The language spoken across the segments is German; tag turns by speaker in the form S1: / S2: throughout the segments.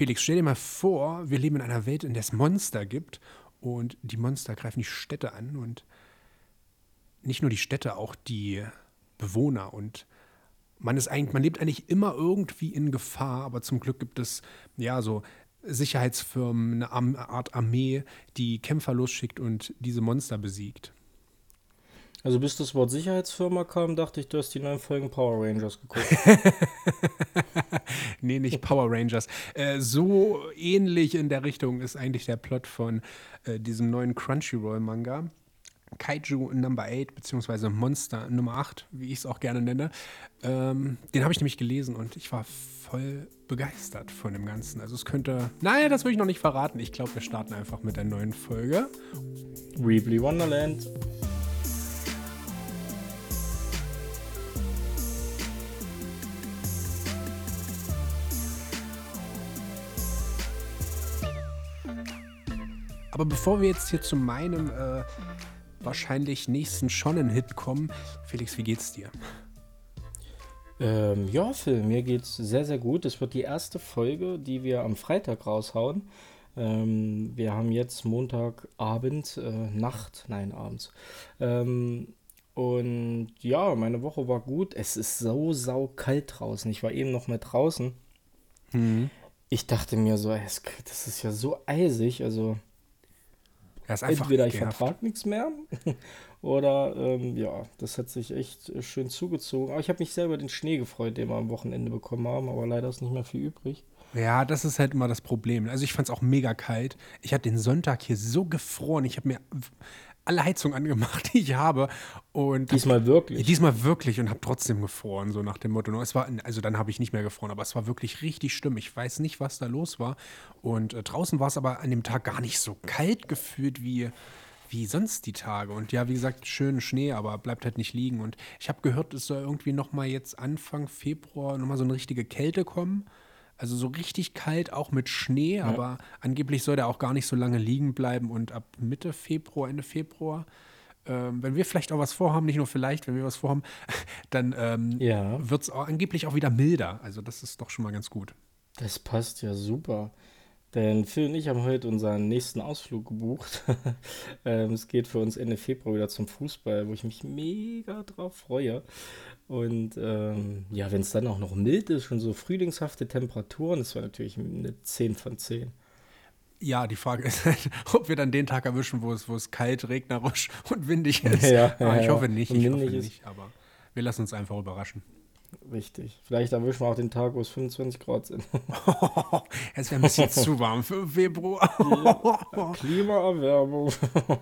S1: Felix, stell dir mal vor, wir leben in einer Welt, in der es Monster gibt und die Monster greifen die Städte an und nicht nur die Städte, auch die Bewohner und man lebt eigentlich immer irgendwie in Gefahr, aber zum Glück gibt es ja so Sicherheitsfirmen, eine Art Armee, die Kämpfer losschickt und diese Monster besiegt.
S2: Also bis das Wort Sicherheitsfirma kam, dachte ich, du hast die neuen Folgen Power Rangers geguckt.
S1: Nee, nicht Power Rangers. So ähnlich in der Richtung ist eigentlich der Plot von diesem neuen Crunchyroll-Manga. Kaiju Number 8, beziehungsweise Monster Nummer 8, wie ich es auch gerne nenne. Den habe ich nämlich gelesen und ich war voll begeistert von dem Ganzen. Also es könnte, naja, das will ich noch nicht verraten. Ich glaube, wir starten einfach mit der neuen Folge.
S2: Weebly Wonderland.
S1: Aber bevor wir jetzt hier zu meinem wahrscheinlich nächsten Shonen-Hit kommen, Felix, wie geht's dir?
S2: Ja, Phil, mir geht's sehr, sehr gut. Das wird die erste Folge, die wir am Freitag raushauen. Wir haben jetzt Montagabend, abends. Und ja, meine Woche war gut. Es ist so saukalt draußen. Ich war eben noch mal draußen.
S1: Mhm.
S2: Ich dachte mir so, das ist ja so eisig. Also
S1: Er ist einfach
S2: entweder ich
S1: genervt.
S2: vertrage nichts mehr oder ja, das hat sich echt schön zugezogen. Aber ich habe mich sehr über den Schnee gefreut, den wir am Wochenende bekommen haben. Aber leider ist nicht mehr viel übrig.
S1: Ja, das ist halt immer das Problem. Also ich fand es auch mega kalt. Ich hatte den Sonntag hier so gefroren. Ich habe mir alle Heizungen angemacht, die ich habe. Und
S2: Diesmal wirklich.
S1: diesmal wirklich und habe trotzdem gefroren, so nach dem Motto. Also dann habe ich nicht mehr gefroren, aber es war wirklich richtig schlimm. Ich weiß nicht, was da los war. Und draußen war es aber an dem Tag gar nicht so kalt gefühlt wie sonst die Tage. Und ja, wie gesagt, schön Schnee, aber bleibt halt nicht liegen. Und ich habe gehört, es soll irgendwie noch mal jetzt Anfang Februar noch mal so eine richtige Kälte kommen. Also so richtig kalt, auch mit Schnee,
S2: Ja.
S1: aber angeblich soll der auch gar nicht so lange liegen bleiben und ab Mitte Februar, Ende Februar, wenn wir vielleicht auch was vorhaben, nicht nur vielleicht, wenn wir was vorhaben, dann
S2: Ja,
S1: wird es angeblich auch wieder milder. Also das ist doch schon mal ganz gut.
S2: das passt ja super. Denn Phil und ich haben heute unseren nächsten Ausflug gebucht. Es geht für uns Ende Februar wieder zum Fußball, wo ich mich mega drauf freue. Und ja, wenn es dann auch noch mild ist, schon so frühlingshafte Temperaturen, das wäre natürlich eine 10 von 10.
S1: Ja, die Frage ist halt, ob wir dann den Tag erwischen, wo es kalt, regnerisch und windig ist.
S2: Ja,
S1: Aber
S2: ja,
S1: ich
S2: ja.
S1: hoffe nicht,
S2: Und windig ist
S1: aber wir lassen uns einfach überraschen.
S2: richtig. Vielleicht erwischen wir auch den Tag, wo es 25 Grad sind.
S1: Es wäre ein bisschen zu warm für Februar.
S2: Klimaerwärmung.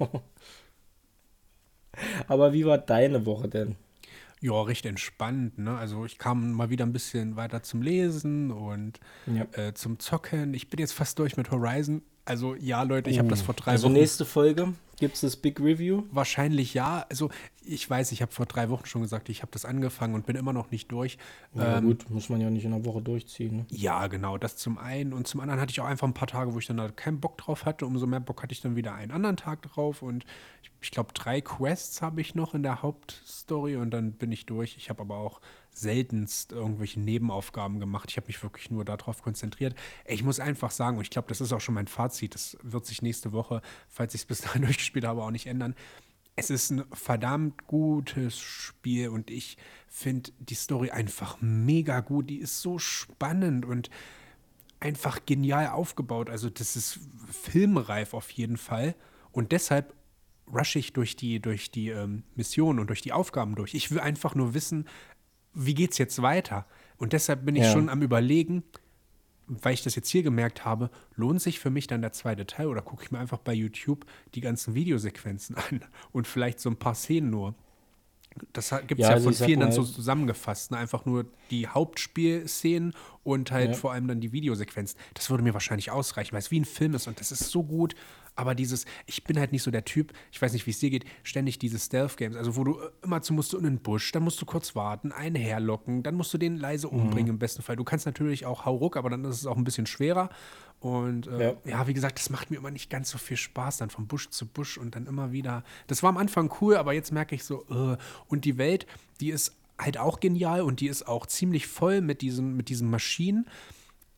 S2: Aber wie war deine Woche denn?
S1: Ja, recht entspannt, ne? Also ich kam mal wieder ein bisschen weiter zum Lesen und
S2: Ja.
S1: zum Zocken. Ich bin jetzt fast durch mit Horizon. Also ja, Leute, ich habe das vor 3
S2: Also
S1: Wochen.
S2: nächste Folge gibt es das Big Review.
S1: Wahrscheinlich ja. Also ich weiß, ich habe vor 3 Wochen schon gesagt, ich habe das angefangen und bin immer noch nicht durch.
S2: Ja gut, muss man ja nicht in einer Woche durchziehen. Ne?
S1: Ja, genau, das zum einen. Und zum anderen hatte ich auch einfach ein paar Tage, wo ich dann da keinen Bock drauf hatte. Umso mehr Bock hatte ich dann wieder einen anderen Tag drauf. Und ich glaube, 3 Quests habe ich noch in der Hauptstory und dann bin ich durch. Ich habe aber auch seltenst irgendwelche Nebenaufgaben gemacht. Ich habe mich wirklich nur darauf konzentriert. Ich muss einfach sagen, und ich glaube, das ist auch schon mein Fazit, das wird sich nächste Woche, falls ich es bis dahin durchgespielt habe, auch nicht ändern. Es ist ein verdammt gutes Spiel und ich finde die Story einfach mega gut. Die ist so spannend und einfach genial aufgebaut. Also das ist filmreif auf jeden Fall. Und deshalb rushe ich durch die Missionen und durch die Aufgaben durch. Ich will einfach nur wissen, wie geht's jetzt weiter? Und deshalb bin ich
S2: Ja.
S1: schon am Überlegen, weil ich das jetzt hier gemerkt habe, lohnt sich für mich dann der zweite Teil oder gucke ich mir einfach bei YouTube die ganzen Videosequenzen an und vielleicht so ein paar Szenen nur. Das gibt es
S2: Ja,
S1: ja
S2: also
S1: von
S2: ich sag
S1: vielen dann
S2: mal,
S1: so zusammengefasst. Ne? Einfach nur die Hauptspielszenen und halt
S2: ja.
S1: vor allem dann die Videosequenzen. Das würde mir wahrscheinlich ausreichen, weil es wie ein Film ist und das ist so gut. Aber ich bin halt nicht so der Typ, ich weiß nicht, wie es dir geht, ständig diese Stealth-Games, also wo du immerzu musst du in den Busch, dann musst du kurz warten, einen herlocken, dann musst du den leise umbringen im besten Fall. Du kannst natürlich auch Hauruck, aber dann ist es auch ein bisschen schwerer. Und
S2: Ja.
S1: ja, wie gesagt, das macht mir immer nicht ganz so viel Spaß, dann von Busch zu Busch und dann immer wieder. Das war am Anfang cool, aber jetzt merke ich so, und die Welt, die ist halt auch genial und die ist auch ziemlich voll mit diesen Maschinen.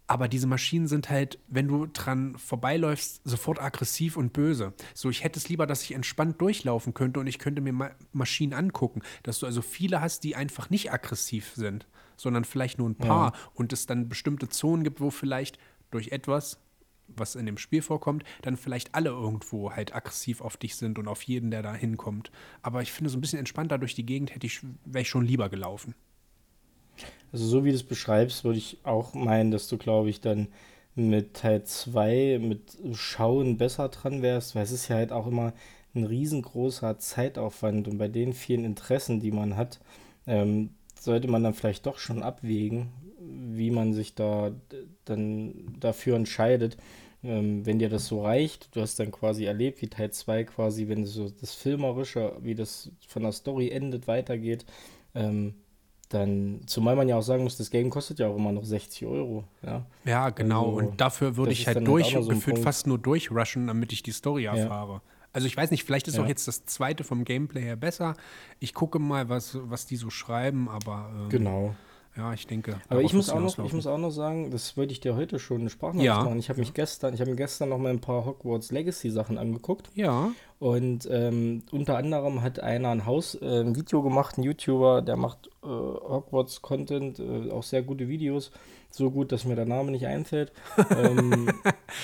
S1: Aber diese Maschinen sind halt, wenn du dran vorbeiläufst, sofort aggressiv und böse. So, ich hätte es lieber, dass ich entspannt durchlaufen könnte und ich könnte mir Maschinen angucken. Dass du also viele hast, die einfach nicht aggressiv sind, sondern vielleicht nur ein
S2: Ja.
S1: paar und es dann bestimmte Zonen gibt, wo vielleicht durch etwas, was in dem Spiel vorkommt, dann vielleicht alle irgendwo halt aggressiv auf dich sind und auf jeden, der da hinkommt. Aber ich finde, so ein bisschen entspannter durch die Gegend wäre ich schon lieber gelaufen.
S2: Also so wie du es beschreibst, würde ich auch meinen, dass du, glaube ich, dann mit Teil 2 mit Schauen besser dran wärst, weil es ist ja halt auch immer ein riesengroßer Zeitaufwand und bei den vielen Interessen, die man hat, sollte man dann vielleicht doch schon abwägen, wie man sich da dann dafür entscheidet. Wenn dir das so reicht, du hast dann quasi erlebt, wie Teil 2 quasi, wenn so das Filmerische, wie das von der Story endet, weitergeht, ähm, dann, zumal man ja auch sagen muss, das Game kostet ja auch immer noch 60 Euro. Ja,
S1: Ja, genau.
S2: also
S1: Und dafür würde
S2: das
S1: ich
S2: ist
S1: halt
S2: dann halt auch noch so ein
S1: gefühlt
S2: Punkt.
S1: fast nur durchrushen, damit ich die Story
S2: Ja,
S1: erfahre. Also ich weiß nicht, vielleicht ist auch
S2: ja,
S1: jetzt das zweite vom Gameplay her besser. Ich gucke mal, was die so schreiben, aber
S2: genau.
S1: ja, ich denke,
S2: Aber
S1: darauf wird es
S2: ich
S1: hinauslaufen.
S2: muss auch noch sagen, das wollte ich dir heute schon eine Sprachnachricht
S1: Ja,
S2: machen. Ich habe mir gestern noch mal ein paar Hogwarts Legacy Sachen angeguckt.
S1: ja.
S2: Und unter anderem hat einer ein Video gemacht, ein YouTuber, der macht Hogwarts-Content, auch sehr gute Videos. So gut, dass mir der Name nicht einfällt. Ähm,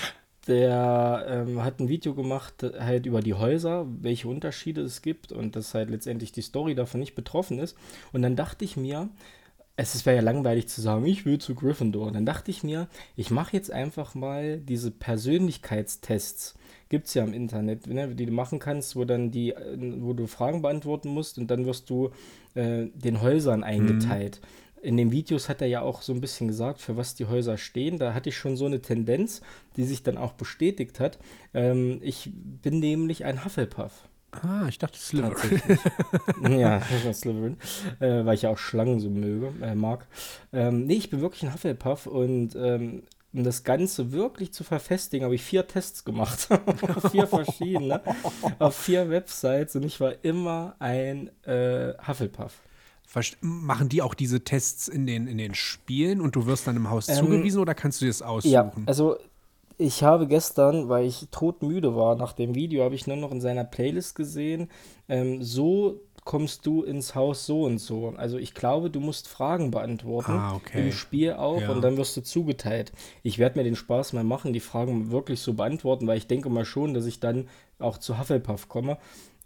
S2: Der hat ein Video gemacht, halt über die Häuser, welche Unterschiede es gibt und dass halt letztendlich die Story davon nicht betroffen ist. Und dann dachte ich mir, wäre ja langweilig zu sagen, ich will zu Gryffindor. Dann dachte ich mir, ich mache jetzt einfach mal diese Persönlichkeitstests. Gibt es ja im Internet, ne, die du machen kannst, wo du Fragen beantworten musst und dann wirst du den Häusern
S1: Hm.
S2: eingeteilt. In den Videos hat er ja auch so ein bisschen gesagt, für was die Häuser stehen. Da hatte ich schon so eine Tendenz, die sich dann auch bestätigt hat. Ich bin nämlich ein Hufflepuff.
S1: Ah, ich dachte Slytherin.
S2: Tatsächlich. Ja, das war Slytherin, weil ich ja auch Schlangen so mag. Nee, ich bin wirklich ein Hufflepuff und um das Ganze wirklich zu verfestigen, habe ich 4 Tests gemacht. Auf 4 verschiedene, auf 4 Websites und ich war immer ein Hufflepuff.
S1: Machen die auch diese Tests in den Spielen und du wirst dann im Haus
S2: Ähm,
S1: zugewiesen oder kannst du dir das
S2: ja,
S1: aussuchen?
S2: also ich habe gestern, weil ich todmüde war nach dem Video, habe ich nur noch in seiner Playlist gesehen, so kommst du ins Haus so und so. Also ich glaube, du musst Fragen beantworten,
S1: Ah,
S2: im
S1: okay.
S2: Spiel auch, und
S1: Ja.
S2: dann wirst du zugeteilt. Ich werde mir den Spaß mal machen, die Fragen wirklich so beantworten, weil ich denke mal schon, dass ich dann auch zu Hufflepuff komme.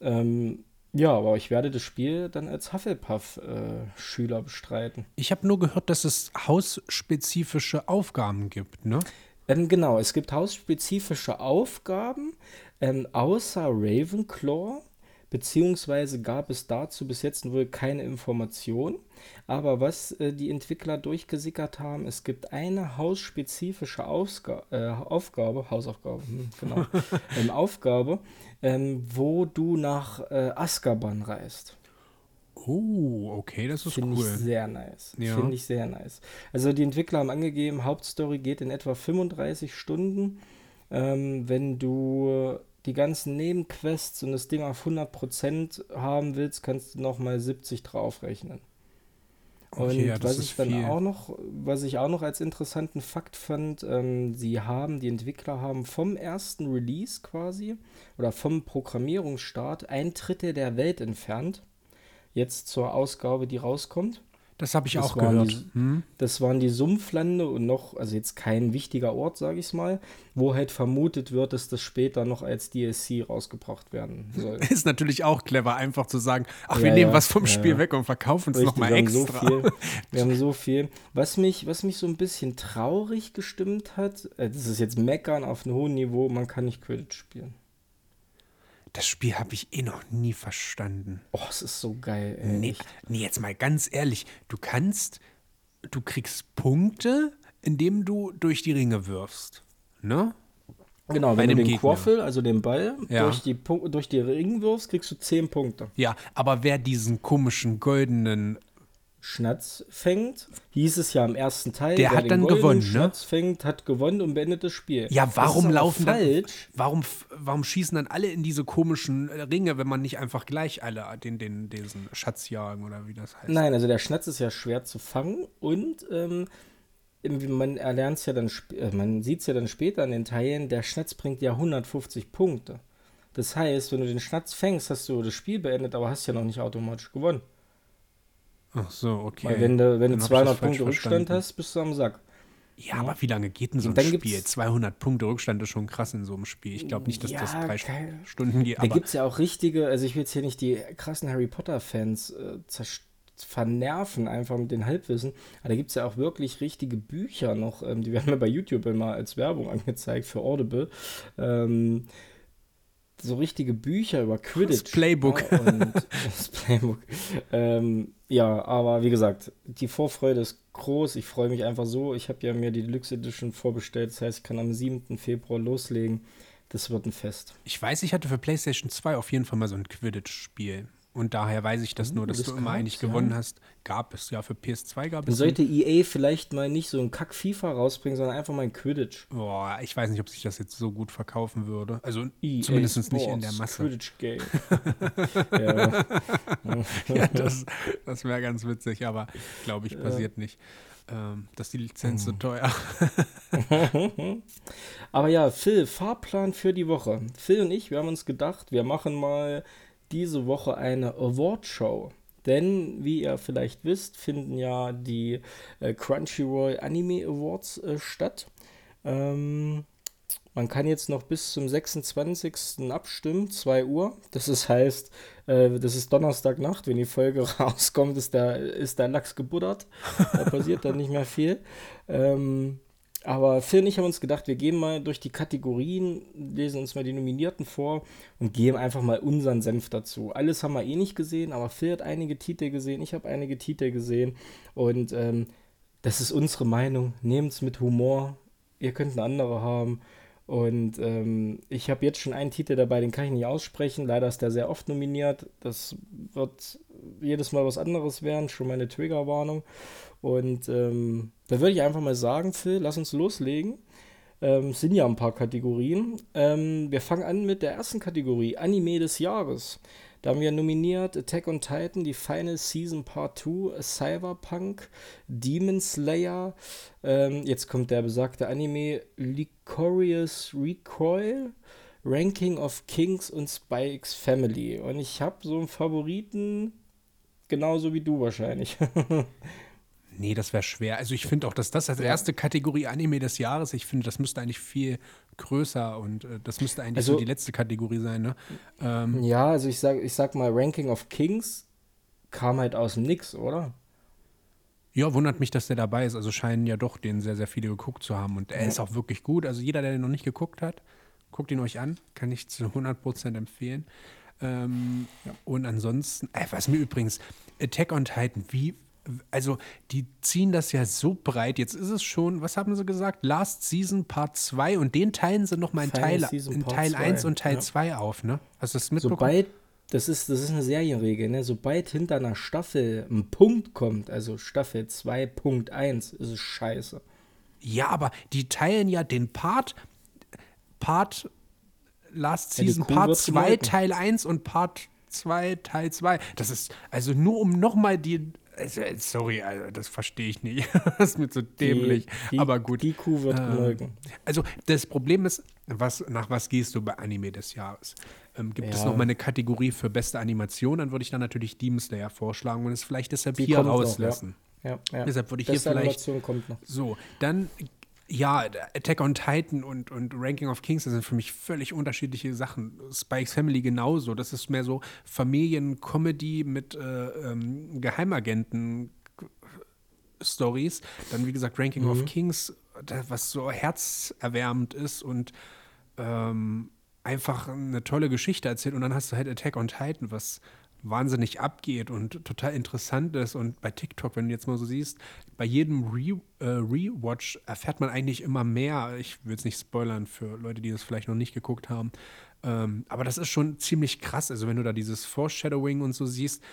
S2: Ja, aber ich werde das Spiel dann als Hufflepuff-Schüler bestreiten.
S1: Ich habe nur gehört, dass es hausspezifische Aufgaben gibt, ne?
S2: Genau, es gibt hausspezifische Aufgaben, außer Ravenclaw, beziehungsweise gab es dazu bis jetzt wohl keine Information. Aber was die Entwickler durchgesickert haben, es gibt eine hausspezifische Hausaufgabe, genau, Aufgabe, wo du nach Azkaban reist.
S1: Oh, okay, das ist
S2: Finde ich
S1: cool.
S2: sehr nice.
S1: Ja.
S2: Finde ich sehr nice. Also die Entwickler haben angegeben, Hauptstory geht in etwa 35 Stunden. Wenn du die ganzen Nebenquests und das Ding auf 100% haben willst, kannst du nochmal 70 draufrechnen.
S1: Okay, ja,
S2: Und
S1: das ist viel.
S2: was ich auch noch als interessanten Fakt fand, die Entwickler haben vom ersten Release quasi oder vom Programmierungsstart ein Drittel der Welt entfernt, jetzt zur Ausgabe, die rauskommt.
S1: Das habe ich
S2: Das
S1: auch
S2: waren
S1: gehört.
S2: die,
S1: Hm?
S2: Das waren die Sumpflande und noch, also jetzt kein wichtiger Ort, sage ich mal, wo halt vermutet wird, dass das später noch als DLC rausgebracht werden soll.
S1: Ist natürlich auch clever, einfach zu sagen, ach, wir
S2: Ja,
S1: nehmen
S2: ja,
S1: was vom
S2: ja,
S1: Spiel
S2: ja.
S1: weg und verkaufen es
S2: Richtig,
S1: nochmal extra.
S2: wir haben so viel. Was mich so ein bisschen traurig gestimmt hat, das ist jetzt Meckern auf einem hohen Niveau, man kann nicht Quidditch spielen.
S1: Das Spiel habe ich eh noch nie verstanden.
S2: Oh, es ist so geil, ey,
S1: Nee,
S2: echt.
S1: nee, jetzt mal ganz ehrlich, du kriegst Punkte, indem du durch die Ringe wirfst. Ne?
S2: Genau,
S1: Bei
S2: wenn du
S1: dem
S2: den
S1: Gegner.
S2: Quaffel, also den Ball,
S1: Ja.
S2: durch die Ringe wirfst, kriegst du 10 Punkte.
S1: Ja, aber wer diesen komischen goldenen,
S2: Schnatz fängt, hieß es ja im ersten Teil,
S1: der
S2: wer
S1: hat
S2: den
S1: dann
S2: goldenen
S1: gewonnen, ne?
S2: Schnatz fängt, hat gewonnen und beendet das Spiel.
S1: Ja,
S2: Das ist
S1: warum
S2: aber
S1: laufen dann,
S2: falsch.
S1: warum schießen dann alle in diese komischen Ringe, wenn man nicht einfach gleich alle diesen Schatz jagen oder wie das heißt?
S2: Nein, also der Schnatz ist ja schwer zu fangen und man erlernt es ja dann, man sieht es ja dann später an den Teilen, der Schnatz bringt ja 150 Punkte. Das heißt, wenn du den Schnatz fängst, hast du das Spiel beendet, aber hast ja noch nicht automatisch gewonnen.
S1: Ach so,
S2: Weil
S1: okay.
S2: wenn du
S1: Dann habe ich das
S2: 200
S1: falsch
S2: Punkte Rückstand
S1: verstanden.
S2: hast, bist du am Sack.
S1: Ja,
S2: Ja.
S1: aber wie lange geht denn so
S2: Und
S1: ein
S2: dann
S1: Spiel?
S2: gibt's,
S1: 200 Punkte Rückstand ist schon krass in so einem Spiel. Ich glaube nicht, dass das
S2: ja,
S1: 3 Stunden geht,
S2: da
S1: aber
S2: gibt es ja auch richtige, also ich will jetzt hier nicht die krassen Harry Potter-Fans vernerven, einfach mit dem Halbwissen, aber da gibt es ja auch wirklich richtige Bücher noch, die werden mir bei YouTube immer als Werbung angezeigt für Audible, ähm, so richtige Bücher über
S1: das
S2: Quidditch.
S1: Playbook.
S2: Ja, und das Playbook. Ja, aber wie gesagt, die Vorfreude ist groß. Ich freue mich einfach so. Ich habe ja mir die Deluxe Edition vorbestellt. Das heißt, ich kann am 7. Februar loslegen. Das wird ein Fest.
S1: Ich weiß, ich hatte für PlayStation 2 auf jeden Fall mal so ein Quidditch-Spiel. Und daher weiß ich das nur, dass du
S2: Das
S1: immer eigentlich
S2: gab's,
S1: gewonnen
S2: ja.
S1: hast. Gab es, ja, für PS2 gab
S2: Dann
S1: es ein.
S2: sollte EA vielleicht mal nicht so ein Kack-FIFA rausbringen, sondern einfach mal ein Quidditch.
S1: Boah, ich weiß nicht, ob sich das jetzt so gut verkaufen würde. Also
S2: EA
S1: zumindest nicht in der
S2: Sports
S1: Masse.
S2: Quidditch Game. Ja.
S1: Ja, das wäre ganz witzig, aber glaube ich,
S2: Ja.
S1: passiert nicht. Dass die Lizenz so teuer.
S2: Aber ja, Phil, Fahrplan für die Woche. Phil und ich, wir haben uns gedacht, wir machen mal diese Woche eine Award-Show. Denn, wie ihr vielleicht wisst, finden ja die Crunchyroll Anime Awards statt. Ähm, Man kann jetzt noch bis zum 26. abstimmen, 2 Uhr. Heißt, das ist Donnerstagnacht, wenn die Folge rauskommt, ist der Lachs gebuddert. Da passiert dann nicht mehr viel. Ähm, aber Phil und ich haben uns gedacht, wir gehen mal durch die Kategorien, lesen uns mal die Nominierten vor und geben einfach mal unseren Senf dazu. Alles haben wir eh nicht gesehen, aber Phil hat einige Titel gesehen, ich habe einige Titel gesehen und das ist unsere Meinung. Nehmt es mit Humor. Ihr könnt eine andere haben. Und ich habe jetzt schon einen Titel dabei, den kann ich nicht aussprechen. Leider ist der sehr oft nominiert. Das wird jedes Mal was anderes werden. Schon meine Triggerwarnung. Und da würde ich einfach mal sagen, Phil, lass uns loslegen. Es sind ja ein paar Kategorien. Wir fangen an mit der ersten Kategorie, Anime des Jahres. Da haben wir nominiert Attack on Titan, die Final Season Part 2, Cyberpunk, Demon Slayer, jetzt kommt der besagte Anime Licorice Recoil, Ranking of Kings und Spy X Family. Und ich habe so einen Favoriten, genauso wie du wahrscheinlich.
S1: Nee, das wäre schwer. Also ich finde auch, dass das als
S2: Ja.
S1: erste Kategorie Anime des Jahres, ich finde, das müsste eigentlich viel größer und das müsste eigentlich so die
S2: Also,
S1: letzte Kategorie sein, ne? Ähm,
S2: ja, also ich sag mal, Ranking of Kings kam halt aus dem Nix, oder?
S1: ja, wundert mich, dass der dabei ist. Also scheinen ja doch den sehr, sehr viele geguckt zu haben. Und er
S2: Ja.
S1: ist auch wirklich gut. Also jeder, der den noch nicht geguckt hat, guckt ihn euch an. Kann ich zu 100% empfehlen. Und ansonsten, was mir übrigens, Attack on Titan, also die ziehen das ja so breit. Jetzt ist es schon, was haben sie gesagt? Last Season Part 2 und den teilen sie nochmal in
S2: Final Season
S1: in
S2: Part
S1: Teil 1
S2: 2.
S1: und Teil
S2: Ja.
S1: 2 auf, ne? Hast du das mitbekommen?
S2: Sobald, das ist eine Serienregel, ne? Sobald hinter einer Staffel ein Punkt kommt, also Staffel 2.1, ist es scheiße.
S1: Ja, aber die teilen ja den Part Last
S2: Ja, die
S1: Season
S2: Kuh
S1: Part
S2: wird
S1: 2
S2: gemolken.
S1: Teil 1 und Part 2 Teil 2. Das ist, also nur um nochmal sorry, Alter, das verstehe ich nicht. Das ist mir so
S2: Die,
S1: dämlich.
S2: die,
S1: Aber gut.
S2: die Kuh wird
S1: Ähm,
S2: gemolken.
S1: also das Problem ist, nach was gehst du bei Anime des Jahres? Gibt es noch mal
S2: Ja,
S1: eine Kategorie für beste Animation? Dann würde ich dann natürlich Demon Slayer vorschlagen und es vielleicht deshalb
S2: die
S1: hier
S2: kommt noch, ja.
S1: rauslassen.
S2: Ja, ja.
S1: Deshalb würde ich hier
S2: Beste
S1: vielleicht
S2: Animation kommt noch.
S1: so, dann, ja, Attack on Titan und Ranking of Kings, das sind für mich völlig unterschiedliche Sachen. Spikes Family genauso. Das ist mehr so Familien-Comedy mit Geheimagenten-Stories. Dann, wie gesagt, Ranking of
S2: Mhm.
S1: Kings, was so herzerwärmend ist und einfach eine tolle Geschichte erzählt. Und dann hast du halt Attack on Titan, was wahnsinnig abgeht und total interessant ist. Und bei TikTok, wenn du jetzt mal so siehst, bei jedem Rewatch erfährt man eigentlich immer mehr. Ich will es nicht spoilern für Leute, die das vielleicht noch nicht geguckt haben. Aber das ist schon ziemlich krass. Also wenn du da dieses Foreshadowing und so siehst,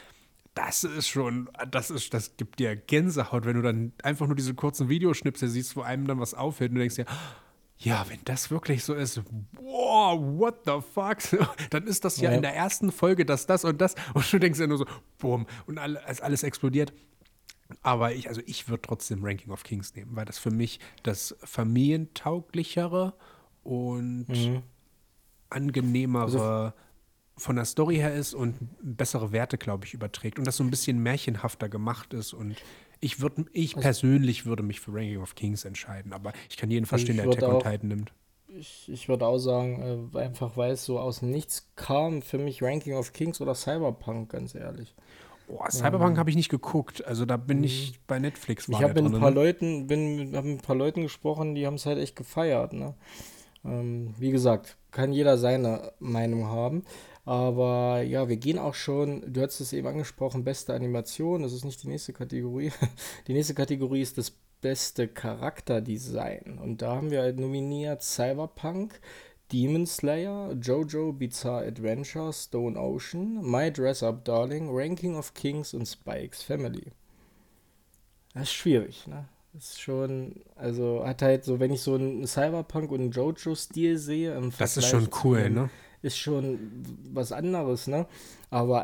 S1: das gibt dir Gänsehaut, wenn du dann einfach nur diese kurzen Videoschnipsel siehst, wo einem dann was auffällt und du denkst dir, ja, wenn das wirklich so ist, wow, what the fuck? Dann ist das ja in
S2: Ja.
S1: der ersten Folge das und das. Und du denkst ja nur so, boom. Und als alles explodiert. Aber ich würde trotzdem Ranking of Kings nehmen, weil das für mich das familientauglichere und
S2: Mhm. Also,
S1: angenehmere von der Story her ist und bessere Werte, glaube ich, überträgt und das so ein bisschen märchenhafter gemacht ist und ich
S2: also
S1: persönlich würde mich für Ranking of Kings entscheiden, aber ich kann jeden verstehen,
S2: ich
S1: der
S2: würde
S1: Attack on
S2: auch,
S1: Titan nimmt.
S2: ich würde auch sagen, einfach weil es so aus dem Nichts kam, für mich Ranking of Kings oder Cyberpunk, ganz ehrlich.
S1: Oh, Cyberpunk
S2: Ähm,
S1: habe ich nicht geguckt, also da bin
S2: mhm.
S1: ich bei Netflix
S2: Ich
S1: war der
S2: habe mit ein
S1: drin,
S2: paar
S1: ne?
S2: Leuten, hab mit ein paar Leuten gesprochen, die haben es halt echt gefeiert, ne? Wie gesagt, kann jeder seine Meinung haben. Aber ja, wir gehen auch schon, du hast es eben angesprochen, beste Animation, das ist nicht die nächste Kategorie. Die nächste Kategorie ist das beste Charakterdesign. Und da haben wir halt nominiert Cyberpunk, Demon Slayer, JoJo Bizarre Adventure, Stone Ocean, My Dress Up Darling, Ranking of Kings und Spikes Family. Das ist schwierig, ne? Das ist schon, also hat halt so, wenn ich so einen Cyberpunk und einen JoJo-Stil sehe im
S1: Das ist schon
S2: Vergleich zu
S1: cool,
S2: einem,
S1: ne?
S2: ist schon was anderes, ne? Aber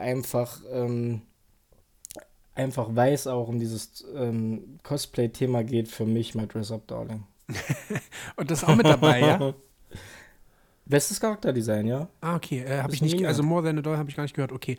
S2: einfach weil es auch um dieses Cosplay-Thema geht, für mich My Dress Up Darling.
S1: Und das ist auch mit dabei, ja?
S2: Bestes Charakterdesign, ja?
S1: Ah, okay, habe
S2: Ist
S1: ich nicht, also
S2: nominiert.
S1: More Than a Doll habe ich gar nicht gehört, okay.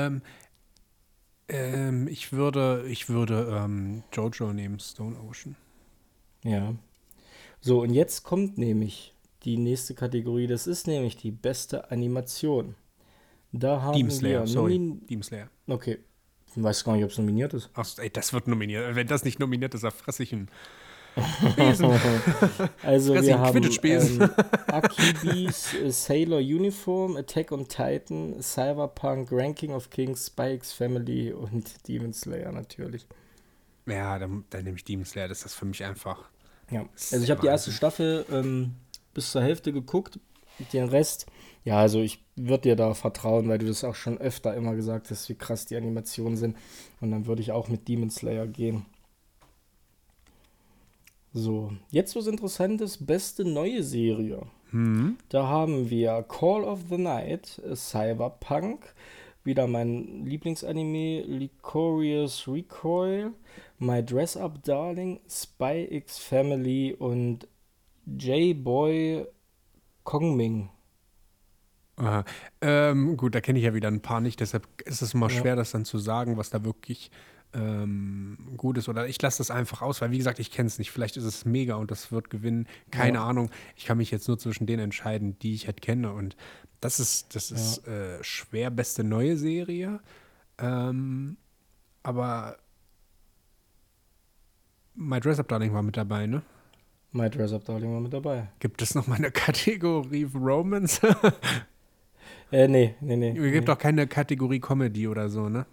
S1: Ich würde Jojo nehmen, Stone Ocean.
S2: Ja. So, und jetzt kommt nämlich die nächste Kategorie, das ist nämlich die beste Animation. Da
S1: Demon
S2: haben
S1: Slayer,
S2: wir
S1: sorry, Demon Slayer.
S2: Okay, ich weiß gar nicht, ob es nominiert ist.
S1: Ach, ey, das wird nominiert. Wenn das nicht nominiert ist, dann fresse ich einen Besen.
S2: Also
S1: Fresse ich
S2: wir
S1: einen
S2: haben
S1: Quidditch-Besen.
S2: Akibis Sailor Uniform, Attack on Titan, Cyberpunk, Ranking of Kings, Spikes Family und Demon Slayer natürlich.
S1: Ja, dann nehme ich Demon Slayer. Das ist für mich einfach.
S2: Ja,
S1: Das
S2: also ich
S1: ist
S2: habe die erste
S1: Wahnsinn.
S2: Staffel bis zur Hälfte geguckt. Den Rest, ja, also ich würde dir da vertrauen, weil du das auch schon öfter immer gesagt hast, wie krass die Animationen sind. Und dann würde ich auch mit Demon Slayer gehen. So, jetzt was Interessantes, beste neue Serie.
S1: Hm.
S2: Da haben wir Call of the Night, Cyberpunk, wieder mein Lieblingsanime, Licorice Recoil, My Dress Up Darling, Spy X Family und J-Boy Kongming.
S1: Gut, da kenne ich ja wieder ein paar nicht, deshalb ist es immer
S2: Ja,
S1: schwer, das dann zu sagen, was da wirklich gut ist. Oder ich lasse das einfach aus, weil wie gesagt, ich kenne es nicht. Vielleicht ist es mega und das wird gewinnen.
S2: ja,
S1: Keine Ahnung. Ich kann mich jetzt nur zwischen denen entscheiden, die ich halt kenne. Und das
S2: ja.
S1: ist schwer beste neue Serie. Ähm, aber My Dress Up Darling war mit dabei, ne?
S2: My Dress Up Darling war mit dabei.
S1: Gibt es noch mal eine Kategorie Romance? Es gibt
S2: Nee.
S1: auch keine Kategorie Comedy oder so, ne?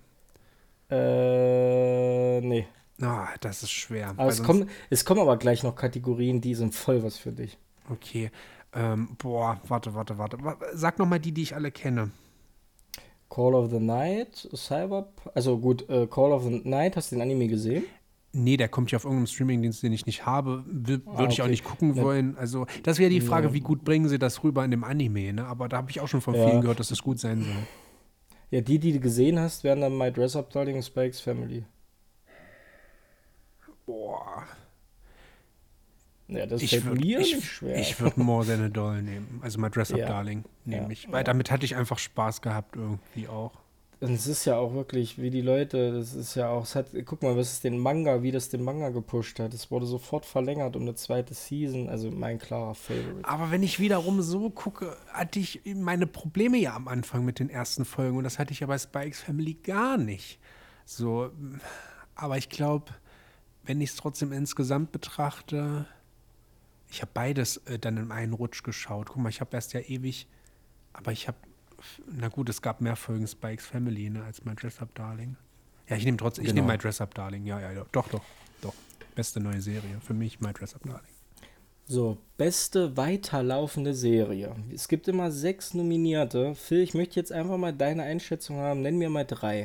S2: Nee.
S1: Ah, das ist schwer,
S2: Aber
S1: weil sonst.
S2: es kommen aber gleich noch Kategorien, die sind voll was für dich.
S1: Okay. Boah, warte. Sag noch mal die ich alle kenne.
S2: Call of the Night, also gut, Call of the Night, hast du den Anime gesehen?
S1: Nee, der kommt ja auf irgendeinem Streamingdienst, den ich nicht habe.
S2: Ah,
S1: Würde ich auch
S2: okay.
S1: nicht gucken
S2: Ne,
S1: wollen. Also, das wäre die Frage,
S2: ne,
S1: wie gut bringen sie das rüber in dem Anime, ne? Aber da habe ich auch schon von vielen
S2: ja.
S1: gehört, dass das gut sein soll.
S2: Ja, die du gesehen hast, wären dann My Dress Up Darling und Spikes Family.
S1: Boah.
S2: Ja, das
S1: Ich
S2: fällt
S1: würde
S2: mir
S1: ich,
S2: nicht schwer.
S1: ich würd More Than a Doll nehmen. Also My Dress Up
S2: Ja,
S1: Darling
S2: ja,
S1: nehme ich. Weil
S2: ja.
S1: damit hatte ich einfach Spaß gehabt irgendwie auch.
S2: Und es ist ja auch wirklich, wie die Leute, das ist ja auch, guck mal, wie das den Manga gepusht hat. Es wurde sofort verlängert um eine zweite Season, also mein klarer Favorite.
S1: Aber wenn ich wiederum so gucke, hatte ich meine Probleme ja am Anfang mit den ersten Folgen und das hatte ich ja bei Spikes Family gar nicht. So, aber ich glaube, wenn ich es trotzdem insgesamt betrachte, ich habe beides dann in einen Rutsch geschaut. Guck mal, ich habe erst ja ewig, aber na gut, es gab mehr Folgen Spikes Family, ne, als My Dress Up Darling. Ja, ich nehme My
S2: Genau.
S1: Dress Up Darling, ja. Doch. Beste neue Serie. Für mich My Dress Up Darling.
S2: So, beste weiterlaufende Serie. Es gibt immer 6 Nominierte. Phil, ich möchte jetzt einfach mal deine Einschätzung haben. Nenn mir mal 3.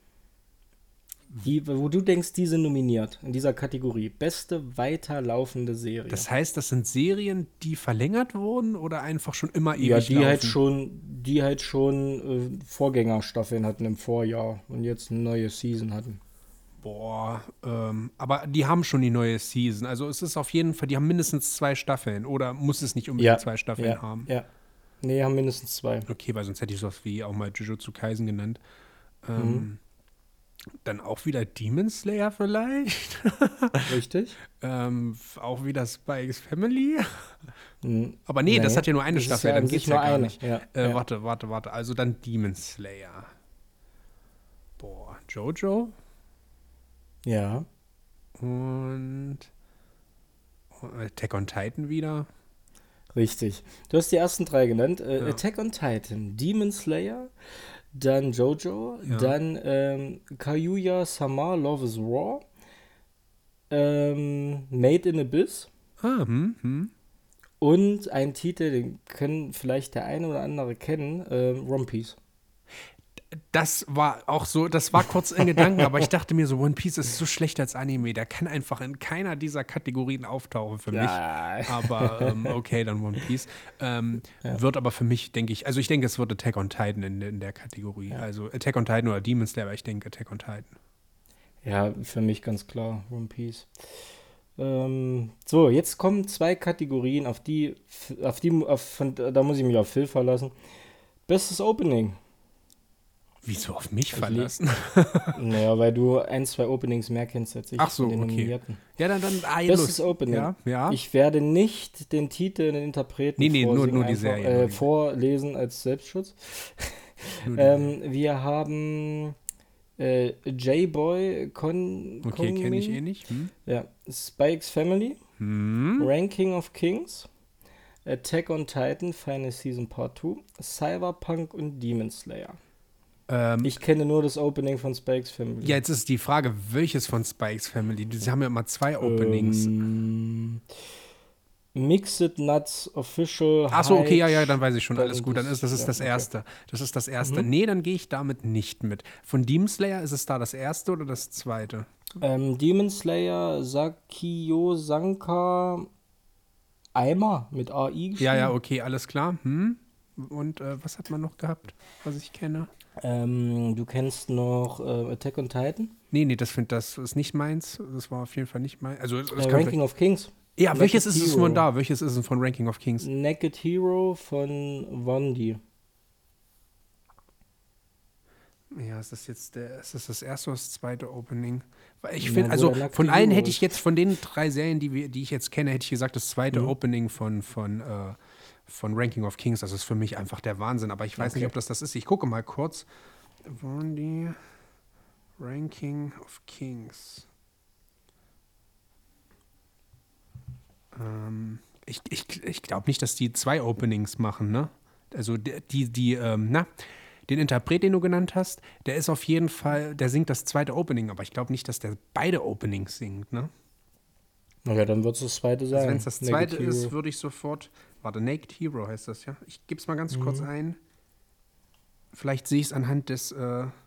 S2: Die, wo du denkst, die sind nominiert in dieser Kategorie. Beste weiterlaufende Serie.
S1: Das heißt, das sind Serien, die verlängert wurden oder einfach schon immer
S2: Ja,
S1: ewig laufen?
S2: die halt schon Vorgängerstaffeln hatten im Vorjahr und jetzt eine neue Season hatten.
S1: Boah, aber die haben schon die neue Season. Also es ist auf jeden Fall, die haben mindestens 2 Staffeln. Oder muss es nicht unbedingt
S2: Ja,
S1: 2 Staffeln
S2: ja,
S1: haben?
S2: ja. Nee, haben mindestens 2.
S1: Okay, weil sonst hätte ich sowas wie auch mal Jujutsu Kaisen genannt.
S2: Mhm.
S1: Ähm, Dann auch wieder Demon Slayer vielleicht?
S2: Richtig?
S1: Auch wieder Spy X Family? Aber nee, das
S2: Nee,
S1: hat ja nur eine
S2: das ist
S1: Staffel,
S2: ja
S1: dann
S2: an
S1: geht's
S2: sich
S1: ja
S2: nur
S1: gar
S2: eine.
S1: nicht.
S2: Ja, ja.
S1: Warte. Also dann Demon Slayer. Boah, Jojo
S2: Ja,
S1: und Attack on Titan wieder.
S2: richtig. Du hast die ersten 3 genannt.
S1: Ja,
S2: Attack on Titan, Demon Slayer, dann Jojo,
S1: ja.
S2: dann Kaguya-sama, Love is War, Made in Abyss und ein Titel, den können vielleicht der eine oder andere kennen, One Piece.
S1: Das war auch so, das war kurz in Gedanken, aber ich dachte mir so, One Piece ist so schlecht als Anime, der kann einfach in keiner dieser Kategorien auftauchen für mich.
S2: Ja.
S1: Aber okay, dann One Piece.
S2: Ja,
S1: Wird aber für mich, denke ich, also ich denke, es wird Attack on Titan in der Kategorie.
S2: ja.
S1: Also Attack on Titan oder Demon Slayer, aber ich denke Attack on Titan.
S2: Ja, für mich ganz klar, One Piece. So, jetzt kommen 2 Kategorien, da muss ich mich auf Phil verlassen. Bestes Opening.
S1: Wieso auf mich
S2: Ich
S1: verlassen?
S2: Naja, weil du 1, 2 Openings mehr kennst als ich
S1: Ach so,
S2: von den
S1: okay.
S2: Nominierten.
S1: Ja, dann
S2: Bestes
S1: Lust.
S2: Opening.
S1: Ja, ja.
S2: Ich werde nicht den Titel, den Interpreten
S1: Nee, nur die
S2: einfach,
S1: Serie. Nur die
S2: vorlesen als Selbstschutz.
S1: Nur die Serie.
S2: Wir haben J-Boy
S1: Okay, kenne ich
S2: Kongming,
S1: eh nicht.
S2: ja, Spikes Family, Ranking of Kings, Attack on Titan, Final Season Part 2, Cyberpunk und Demon Slayer. Ich kenne nur das Opening von Spikes Family.
S1: Ja, jetzt ist die Frage, welches von Spikes Family? Sie haben ja immer 2 Openings.
S2: Mixed Nuts Official.
S1: Ach so, okay, ja,
S2: Hype,
S1: dann weiß ich schon, alles gut. Das ist das
S2: okay.
S1: Erste. Das ist das Erste. Nee, dann gehe ich damit nicht mit. Von Demon Slayer ist es da das Erste oder das Zweite?
S2: Demon Slayer, Sakiyo Sanka Eimer mit AI geschrieben.
S1: Ja, okay, alles klar. Und was hat man noch gehabt, was ich kenne?
S2: Du kennst noch Attack on Titan?
S1: Nee, das ist nicht meins. Das war auf jeden Fall nicht meins. Also,
S2: Ranking of Kings.
S1: ja,
S2: Naked
S1: welches ist es
S2: Hero.
S1: von da? Welches ist es von Ranking of Kings?
S2: Naked Hero von Wondi.
S1: Ja, ist das das erste oder das zweite Opening? Weil ich
S2: Na,
S1: finde,
S2: wo
S1: also
S2: der nackte
S1: von allen
S2: Hero
S1: hätte ich
S2: ist.
S1: jetzt, von den 3 Serien, die ich jetzt kenne, hätte ich gesagt, das zweite Opening von Ranking of Kings. Das ist für mich einfach der Wahnsinn. Aber ich weiß nicht, ob das ist. Ich gucke mal kurz. Waren die Ranking of Kings? Ich glaube nicht, dass die 2 Openings machen, ne? Also den Interpret, den du genannt hast, der ist auf jeden Fall, der singt das zweite Opening, aber ich glaube nicht, dass der beide Openings singt, ne?
S2: Okay, dann wird es das zweite sein.
S1: Also wenn es das
S2: Naked
S1: zweite
S2: Hero.
S1: ist, würde ich sofort, warte, Naked Hero heißt das, ja? Ich gebe es mal ganz kurz ein. Vielleicht sehe ich es anhand des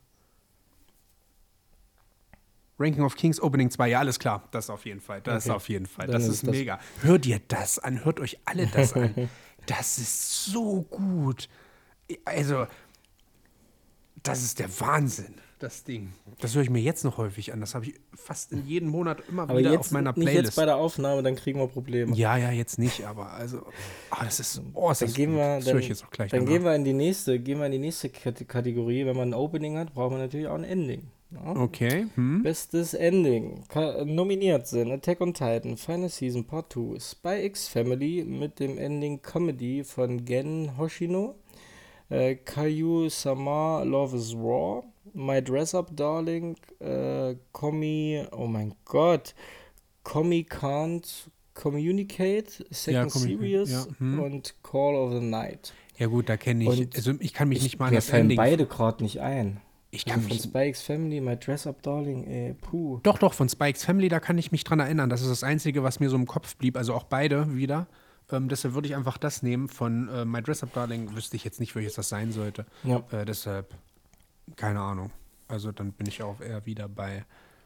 S1: Ranking of Kings Opening 2, ja, alles klar, das auf jeden Fall, das
S2: Okay.
S1: auf jeden Fall,
S2: Dann
S1: das
S2: ist
S1: ist
S2: das-
S1: mega. Hört ihr das an, hört euch alle das an. Das ist so gut. Also, das ist der Wahnsinn, das Ding. Das höre ich mir jetzt noch häufig an, das habe ich fast in jedem Monat immer
S2: Aber
S1: wieder
S2: jetzt
S1: auf meiner
S2: nicht jetzt
S1: Playlist.
S2: bei der Aufnahme, dann kriegen wir Probleme.
S1: Ja, jetzt nicht, aber also, das ist, ist
S2: Dann
S1: das
S2: gehen
S1: gut.
S2: wir,
S1: Das höre ich jetzt auch gleich
S2: dann
S1: danach.
S2: gehen wir in die nächste Kategorie. Wenn man ein Opening hat, braucht man natürlich auch ein Ending. Ja?
S1: Okay,
S2: Bestes Ending. Nominiert sind Attack on Titan, Final Season Part 2, Spy X Family mit dem Ending Comedy von Gen Hoshino, Kaguya-sama, Love is Raw, My Dress Up Darling, oh mein Gott, Komi Can't Communicate, Second Series
S1: ja,
S2: und Call of the Night.
S1: Ja gut, da kenne ich,
S2: Und
S1: also ich kann mich nicht mal an
S2: Mir
S1: das
S2: fallen
S1: Ending.
S2: beide gerade nicht ein.
S1: Ich
S2: Also
S1: kann
S2: von
S1: mich,
S2: Spy X Family, My Dress Up Darling, puh.
S1: doch, von Spikes Family, da kann ich mich dran erinnern. Das ist das Einzige, was mir so im Kopf blieb, also auch beide wieder. Deshalb würde ich einfach das nehmen von My Dress Up Darling, wüsste ich jetzt nicht, welches das sein sollte.
S2: Ja.
S1: Deshalb, keine Ahnung. Also dann bin ich auch eher wieder bei.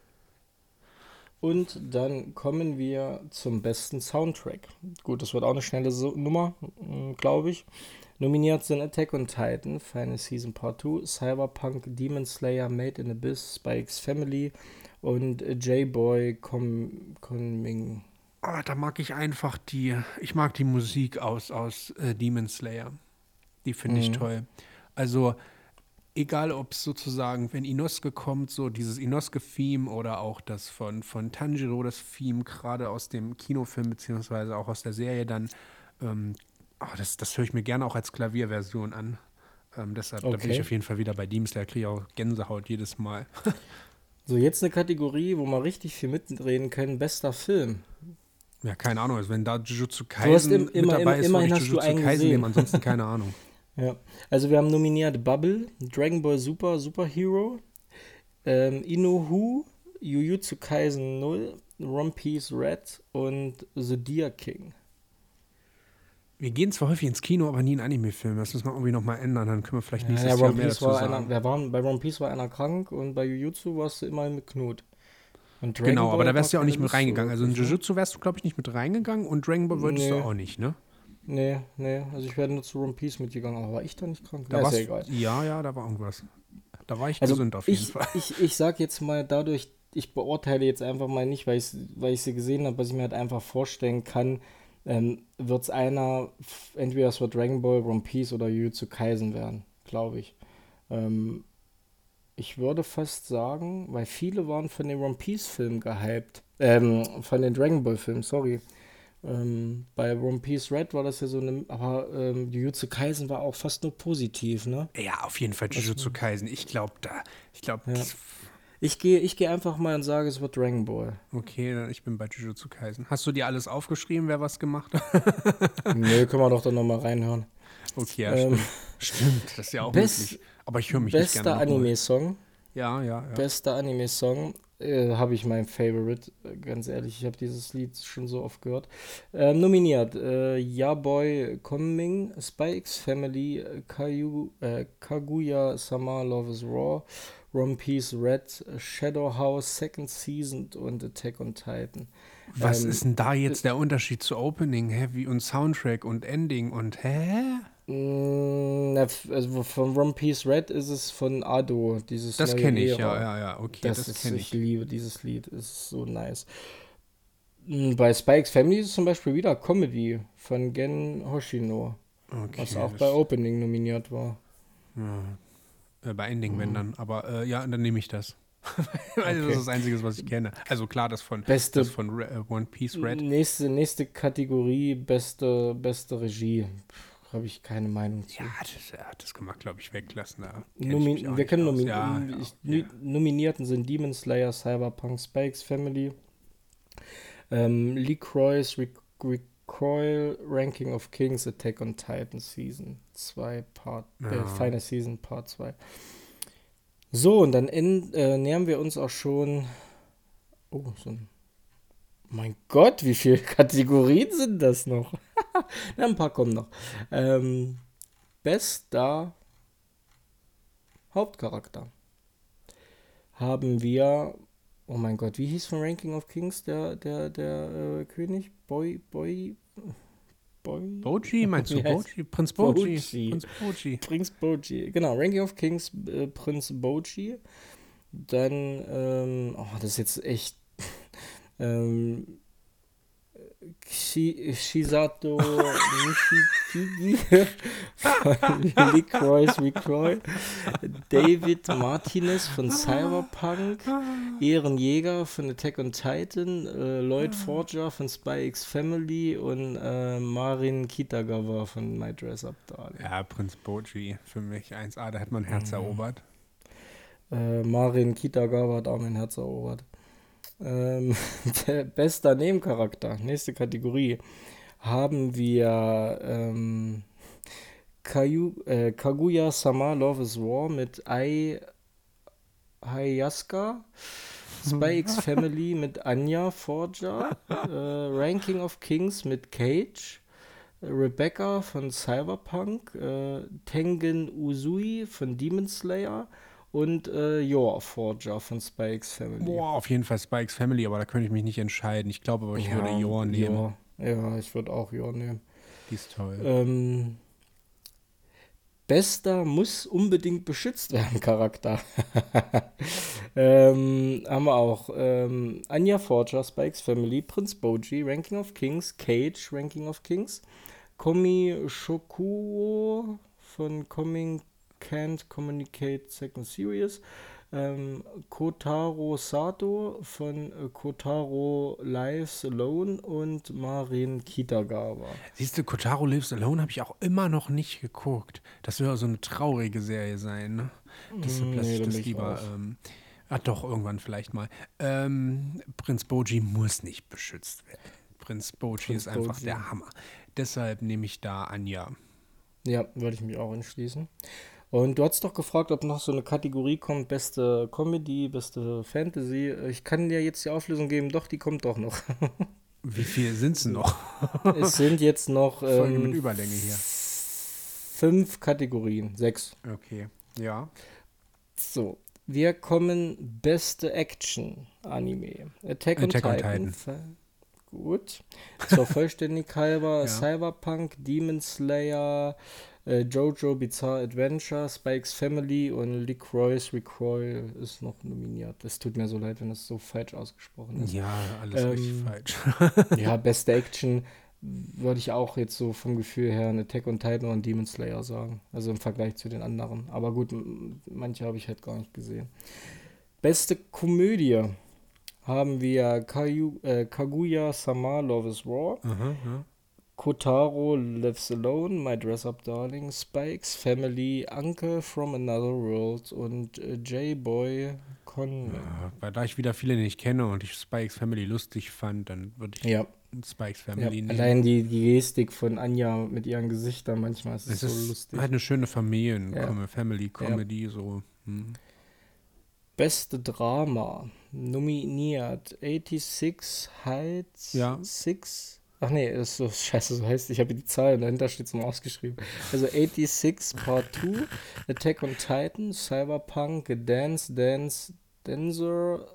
S2: Und dann kommen wir zum besten Soundtrack. Gut, das wird auch eine schnelle Nummer, glaube ich. Nominiert sind Attack on Titan, Final Season Part 2, Cyberpunk, Demon Slayer, Made in Abyss, Spy X Family und J-Boy Conming.
S1: Da mag ich einfach ich mag die Musik aus Demon Slayer. Die finde ich
S2: Mhm.
S1: toll. Also, egal ob es sozusagen, wenn Inosuke kommt, so dieses Inosuke-Theme oder auch das von Tanjiro, das Theme, gerade aus dem Kinofilm, beziehungsweise auch aus der Serie, dann, das höre ich mir gerne auch als Klavierversion an. Deshalb, da bin ich
S2: Okay.
S1: auf jeden Fall wieder bei Demon Slayer, kriege ich auch Gänsehaut jedes Mal.
S2: So, jetzt eine Kategorie, wo wir richtig viel mitreden können. Bester Film.
S1: Ja, keine Ahnung, also wenn da Jujutsu
S2: Du hast
S1: Kaisen mit dabei ist, würde
S2: immerhin
S1: ich
S2: hast du
S1: Jujutsu
S2: einen
S1: Kaisen nehmen,
S2: gesehen.
S1: ansonsten keine Ahnung.
S2: Ja. Also wir haben nominiert Bubble, Dragon Ball Super, Superhero, Inu-Hu, Jujutsu Kaisen 0, One Piece Red und The Deer King.
S1: Wir gehen zwar häufig ins Kino, aber nie in Anime-Filme. Das müssen wir irgendwie nochmal ändern, dann können wir vielleicht
S2: Ja, ja,
S1: nächstes Jahr mehr dazu sagen.
S2: bei One Piece war einer krank und bei Jujutsu warst du immerhin mit Knut. Und Dragon
S1: Genau, aber da
S2: Ball war
S1: wärst du ja auch
S2: keine
S1: nicht mit
S2: Lust so
S1: reingegangen. Also in
S2: wirklich, ne?
S1: Jujutsu wärst du, glaube ich, nicht mit reingegangen und Dragon Ball wolltest du
S2: Nee,
S1: auch nicht, ne?
S2: nee. Also ich wäre nur zu One Piece mitgegangen, aber war ich da nicht krank?
S1: Da
S2: Ja, ist ja
S1: warst
S2: egal.
S1: ja, da war irgendwas. Da war ich
S2: Also
S1: gesund auf jeden Fall.
S2: ich sag jetzt mal dadurch, ich beurteile jetzt einfach mal nicht, weil ich sie gesehen habe, was ich mir halt einfach vorstellen kann, wird es entweder es wird Dragon Ball, One Piece oder Jujutsu Kaisen werden, glaube ich. Ähm, Ich würde fast sagen, weil viele waren von den One Piece Filmen gehypt, von den Dragon Ball Filmen, sorry. Bei One Piece Red war das ja so eine, aber Jujutsu Kaisen war auch fast nur positiv, ne?
S1: Ja, auf jeden Fall
S2: Was,
S1: Jujutsu Kaisen. Ich glaube,
S2: ja. Ich geh einfach mal und sage, es wird Dragon Ball.
S1: okay, ich bin bei Jujutsu Kaisen. Hast du dir alles aufgeschrieben, wer was gemacht hat?
S2: Nö, können wir doch dann nochmal reinhören.
S1: Okay, ja,
S2: Ähm,
S1: stimmt. Stimmt, das ist ja auch möglich.
S2: best,
S1: Aber ich höre mich nicht gerne
S2: bester
S1: nochmal.
S2: Anime-Song.
S1: Ja.
S2: Bester Anime-Song. Habe ich mein Favorite, ganz ehrlich, ich habe dieses Lied schon so oft gehört. Nominiert: Ya Boy Coming, Spy X Family, Kaguya-sama Love is Raw, One Piece Red, Shadow House Second Season und Attack on Titan.
S1: Was ist
S2: Ähm,
S1: denn da jetzt der Unterschied zu Opening, Heavy und Soundtrack und Ending und hä?
S2: also von One Piece Red ist es von Ado, dieses
S1: Das
S2: neue
S1: kenne ich,
S2: Ära.
S1: okay, das kenne
S2: Ich
S1: ich.
S2: liebe dieses Lied, es ist so nice. Bei Spikes Family ist es zum Beispiel wieder Comedy von Gen Hoshino, was
S1: Okay,
S2: auch bei Opening nominiert war.
S1: ja, bei Ending, wenn
S2: Mhm.
S1: dann. Aber ja, dann nehme ich das. Also das ist
S2: Okay.
S1: das Einzige, was ich kenne. Also klar, das
S2: Beste,
S1: von One Piece Red.
S2: nächste Kategorie, beste Regie. Habe ich keine Meinung zu.
S1: Das kann man, glaube ich, weglassen. Da kenne ich mich auch
S2: Wir
S1: nicht
S2: können
S1: aus. Ja, okay.
S2: Nominierten sind Demon Slayer, Cyberpunk, Spikes Family, Lee Croix, Recoil, Ranking of Kings, Attack on Titan Season 2,
S1: Ja.
S2: Final Season Part 2. So, und dann nähern wir uns auch schon. Oh, mein Gott, wie viele Kategorien sind das noch? Ja, ein paar kommen noch. Bester Hauptcharakter haben wir. Oh mein Gott, wie hieß von Ranking of Kings der König? Boy?
S1: Boji, meinst du
S2: Wie heißt?
S1: Boji? Prinz Boji.
S2: Boji.
S1: Prinz Boji.
S2: Prinz Boji. Genau, Ranking of Kings, Prinz Boji. Dann, das ist jetzt echt. Ähm, Shizato Nishikigi von Licorice, David Martinez von Cyberpunk, Ehrenjäger von Attack on Titan, Lloyd Forger von Spy X Family und Marin Kitagawa von My Dress Up Darling.
S1: Ja, Prinz Boji für mich 1A, da hat mein Herz erobert.
S2: Marin Kitagawa hat auch mein Herz erobert. Bester Nebencharakter, nächste Kategorie, haben wir Kaguya-sama Love is War mit Ai Hayaska, Spy X Family mit Anya Forger, Ranking of Kings mit Cage, Rebecca von Cyberpunk, Tengen Uzui von Demon Slayer und Yor Forger von Spy X Family.
S1: Boah, auf jeden Fall Spikes Family, aber da könnte ich mich nicht entscheiden. Ich glaube aber, ich würde Yor nehmen.
S2: Ja, ich würde auch Yor nehmen.
S1: Die ist toll.
S2: Bester muss unbedingt beschützt werden, Charakter. Haben wir auch Anya Forger, Spikes Family, Prinz Boji, Ranking of Kings, Cage, Ranking of Kings, Komi Shokuo von Coming Can't Communicate Second Series, Kotaro Sato von Kotaro Lives Alone und Marin Kitagawa.
S1: Siehst du, Kotaro Lives Alone habe ich auch immer noch nicht geguckt. Das soll ja so eine traurige Serie sein, ne? Deshalb lasse
S2: Nee,
S1: ich
S2: da bin
S1: das
S2: ich
S1: lieber.
S2: raus.
S1: Doch, irgendwann vielleicht mal. Prinz Boji muss nicht beschützt werden. Prinz Boji
S2: Prinz
S1: ist einfach
S2: Boji.
S1: der Hammer. Deshalb nehme ich da Anja.
S2: Ja, würde ich mich auch entschließen. Und du hast doch gefragt, ob noch so eine Kategorie kommt, beste Comedy, beste Fantasy. Ich kann dir jetzt die Auflösung geben, doch, die kommt doch noch.
S1: Wie viel sind es noch?
S2: Es sind jetzt noch
S1: Folge mit Überlänge hier.
S2: 5 Kategorien, 6.
S1: Okay, ja.
S2: So, wir kommen beste Action-Anime. Attack on
S1: Attack on
S2: Titan.
S1: Titan.
S2: Gut. Zur Vollständigkeit halber
S1: Ja.
S2: Cyberpunk, Demon Slayer, Jojo Bizarre Adventure, Spikes Family und Licorice Recoil ist noch nominiert. Es tut mir so leid, wenn das so falsch ausgesprochen ist.
S1: Ja, alles richtig
S2: Ähm,
S1: falsch.
S2: ja, beste Action würde ich auch jetzt so vom Gefühl her ein Attack on Titan und Demon Slayer sagen. Also im Vergleich zu den anderen. Aber gut, manche habe ich halt gar nicht gesehen. Beste Komödie haben wir Kaguya-sama Love is War,
S1: Aha, ja.
S2: Kotaro Lives Alone, My Dress Up Darling, Spikes Family, Uncle from Another World und J-Boy Conman.
S1: Weil da ich wieder viele nicht kenne und ich Spikes Family lustig fand, dann würde ich
S2: Ja,
S1: Spikes
S2: ja.
S1: Family nehmen.
S2: Allein die Gestik von Anja mit ihren Gesichtern, manchmal ist es
S1: Es
S2: so
S1: ist
S2: lustig.
S1: halt eine schöne
S2: Ja,
S1: Family
S2: ja.
S1: Comedy, so.
S2: Beste Drama nominiert 86 Heights
S1: Ja,
S2: 6. Ach nee, das ist so scheiße, so heißt. Ich habe die Zahlen, dahinter steht es mal ausgeschrieben. Also 86 Part 2, Attack on Titan, Cyberpunk, Dance, Dancer,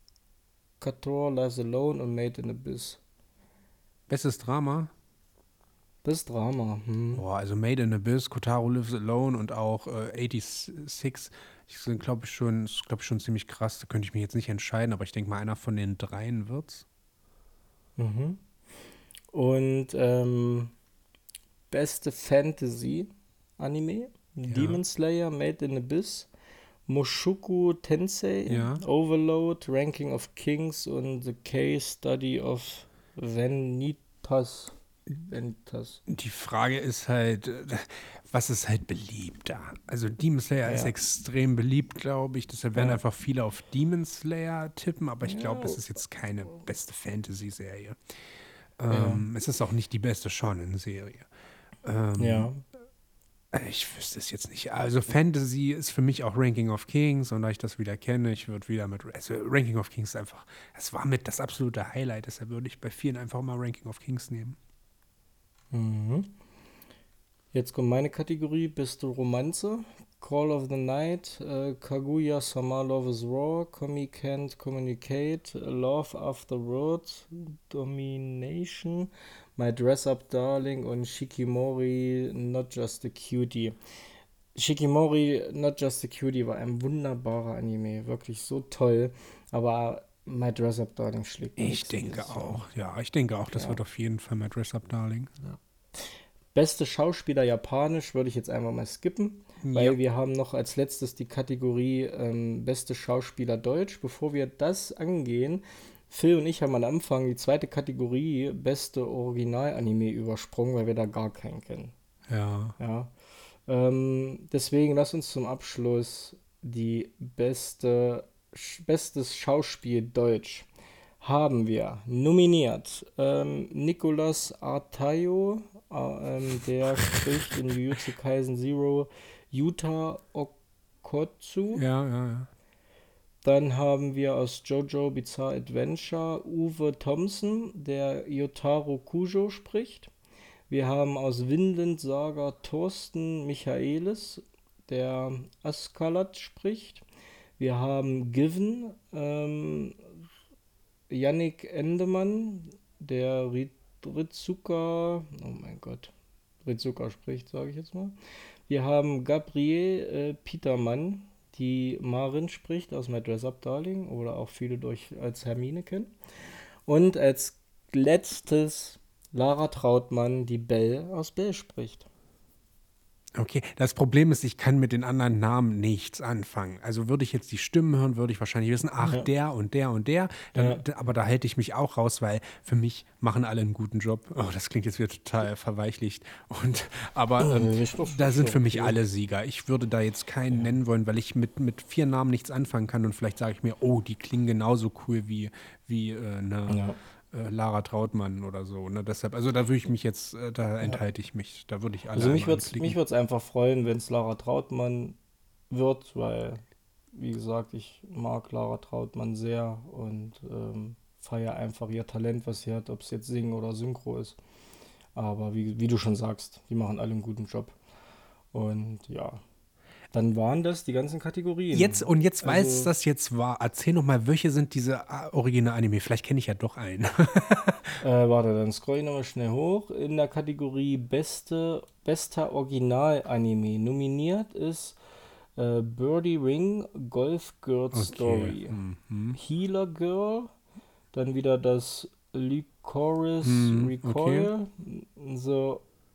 S2: Kator, Lives Alone und Made in Abyss.
S1: bestes Drama.
S2: Das ist Drama.
S1: Boah, also Made in Abyss, Kotaro Lives Alone und auch 86. Ich sind, glaube ich, schon ziemlich krass. Da könnte ich mich jetzt nicht entscheiden, aber ich denke mal, einer von den dreien wird's.
S2: Mhm. Und beste Fantasy-Anime,
S1: Ja,
S2: Demon Slayer, Made in Abyss, Mushoku Tensei,
S1: ja.
S2: Overload, Ranking of Kings und The Case Study of Vanitas.
S1: Die Frage ist halt, was ist halt beliebter? Also Demon Slayer ist
S2: Ja,
S1: extrem beliebt, glaube ich. Deshalb werden
S2: ja,
S1: einfach viele auf Demon Slayer tippen, aber ich glaube,
S2: ja,
S1: es ist jetzt keine beste Fantasy-Serie.
S2: ja,
S1: Es ist auch nicht die beste Shonen-Serie. Ähm,
S2: ja.
S1: Ich wüsste es jetzt nicht. Also Fantasy ist für mich auch Ranking of Kings und da ich das wieder kenne, ich würde wieder mit, also Ranking of Kings ist einfach, es war mit das absolute Highlight, deshalb würde ich bei vielen einfach mal Ranking of Kings nehmen.
S2: Mhm. Jetzt kommt meine Kategorie, beste Romanze. Call of the Night, Kaguya-sama Love is Raw, Komi Can't Communicate, Love Afterward, Domination, My Dress Up Darling und Shikimori Not Just a Cutie. Shikimori Not Just a Cutie war ein wunderbarer Anime, wirklich so toll, aber My Dress Up Darling schlägt
S1: Ich
S2: nichts
S1: denke
S2: dieses Jahr.
S1: auch, ja, ich denke auch, das
S2: Ja.
S1: wird auf jeden Fall mein Dress Up Darling.
S2: Ja. Beste Schauspieler Japanisch würde ich jetzt einfach mal skippen,
S1: Ja,
S2: weil wir haben noch als letztes die Kategorie beste Schauspieler Deutsch. Bevor wir das angehen, Phil und ich haben am Anfang die zweite Kategorie beste Original-Anime übersprungen, weil wir da gar keinen kennen.
S1: ja.
S2: Ja. Deswegen lass uns zum Abschluss die bestes Schauspiel Deutsch haben wir nominiert Nicolas Artayo, der spricht in Jujutsu Kaisen Zero Yuta Okotsu.
S1: Ja, ja, ja.
S2: Dann haben wir aus JoJo Bizarre Adventure Uwe Thompson, der Yotaro Kujo spricht. Wir haben aus Vinland Saga Thorsten Michaelis, der Askalat spricht. Wir haben Given, Yannick Endemann, der Ritsuka, oh mein Gott, Rizuka spricht, sage ich jetzt mal. Wir haben Gabriele Petermann, die Marin spricht aus My Dress Up Darling oder auch viele durch als Hermine kennen. Und als letztes Lara Trautmann, die Belle aus Belle spricht.
S1: Okay, das Problem ist, ich kann mit den anderen Namen nichts anfangen. Also würde ich jetzt die Stimmen hören, würde ich wahrscheinlich wissen, ach,
S2: Ja,
S1: der und der und der.
S2: ja.
S1: Aber da hätte ich mich auch raus, weil für mich machen alle einen guten Job. Oh, das klingt jetzt wieder total verweichlicht. Aber
S2: Ist doch
S1: da sind
S2: schon
S1: für mich
S2: okay.
S1: alle Sieger. Ich würde da jetzt keinen
S2: Ja,
S1: nennen wollen, weil ich mit 4 Namen nichts anfangen kann und vielleicht sage ich mir, oh, die klingen genauso cool wie eine
S2: ja.
S1: Lara Trautmann oder so. Ne? Deshalb, also da würde ich mich jetzt, da
S2: Ja.
S1: enthalte ich mich. Da würde ich alle
S2: Also
S1: einmal
S2: mich
S1: anklicken.
S2: würd's einfach freuen, wenn es Lara Trautmann wird, weil, wie gesagt, ich mag Lara Trautmann sehr und feiere einfach ihr Talent, was sie hat, ob es jetzt Singen oder Synchro ist. Aber wie du schon sagst, die machen alle einen guten Job. Und ja, dann waren das die ganzen
S1: Jetzt,
S2: Kategorien.
S1: und jetzt, weil es
S2: Also,
S1: das jetzt war, erzähl noch mal, welche sind diese Original-Anime? Vielleicht kenne ich ja doch einen.
S2: warte, dann scroll ich nochmal schnell hoch. In der Kategorie bester Original-Anime nominiert ist Birdie Ring, Golf Girl
S1: Okay.
S2: Story,
S1: Mhm.
S2: Healer Girl, dann wieder das Lycoris
S1: Okay.
S2: Recoil, The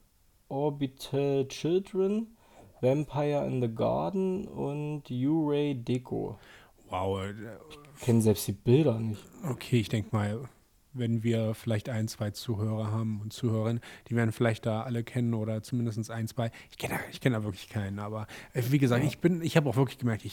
S2: Orbital Children, Vampire in the Garden und Uray Deco.
S1: Wow.
S2: Kennen selbst die Bilder nicht.
S1: Okay, ich denke mal, wenn wir vielleicht ein, zwei Zuhörer haben und Zuhörerinnen, die werden vielleicht da alle kennen oder zumindest ein, zwei. Ich kenne da wirklich keinen, aber wie gesagt,
S2: Ja.
S1: ich habe auch wirklich gemerkt,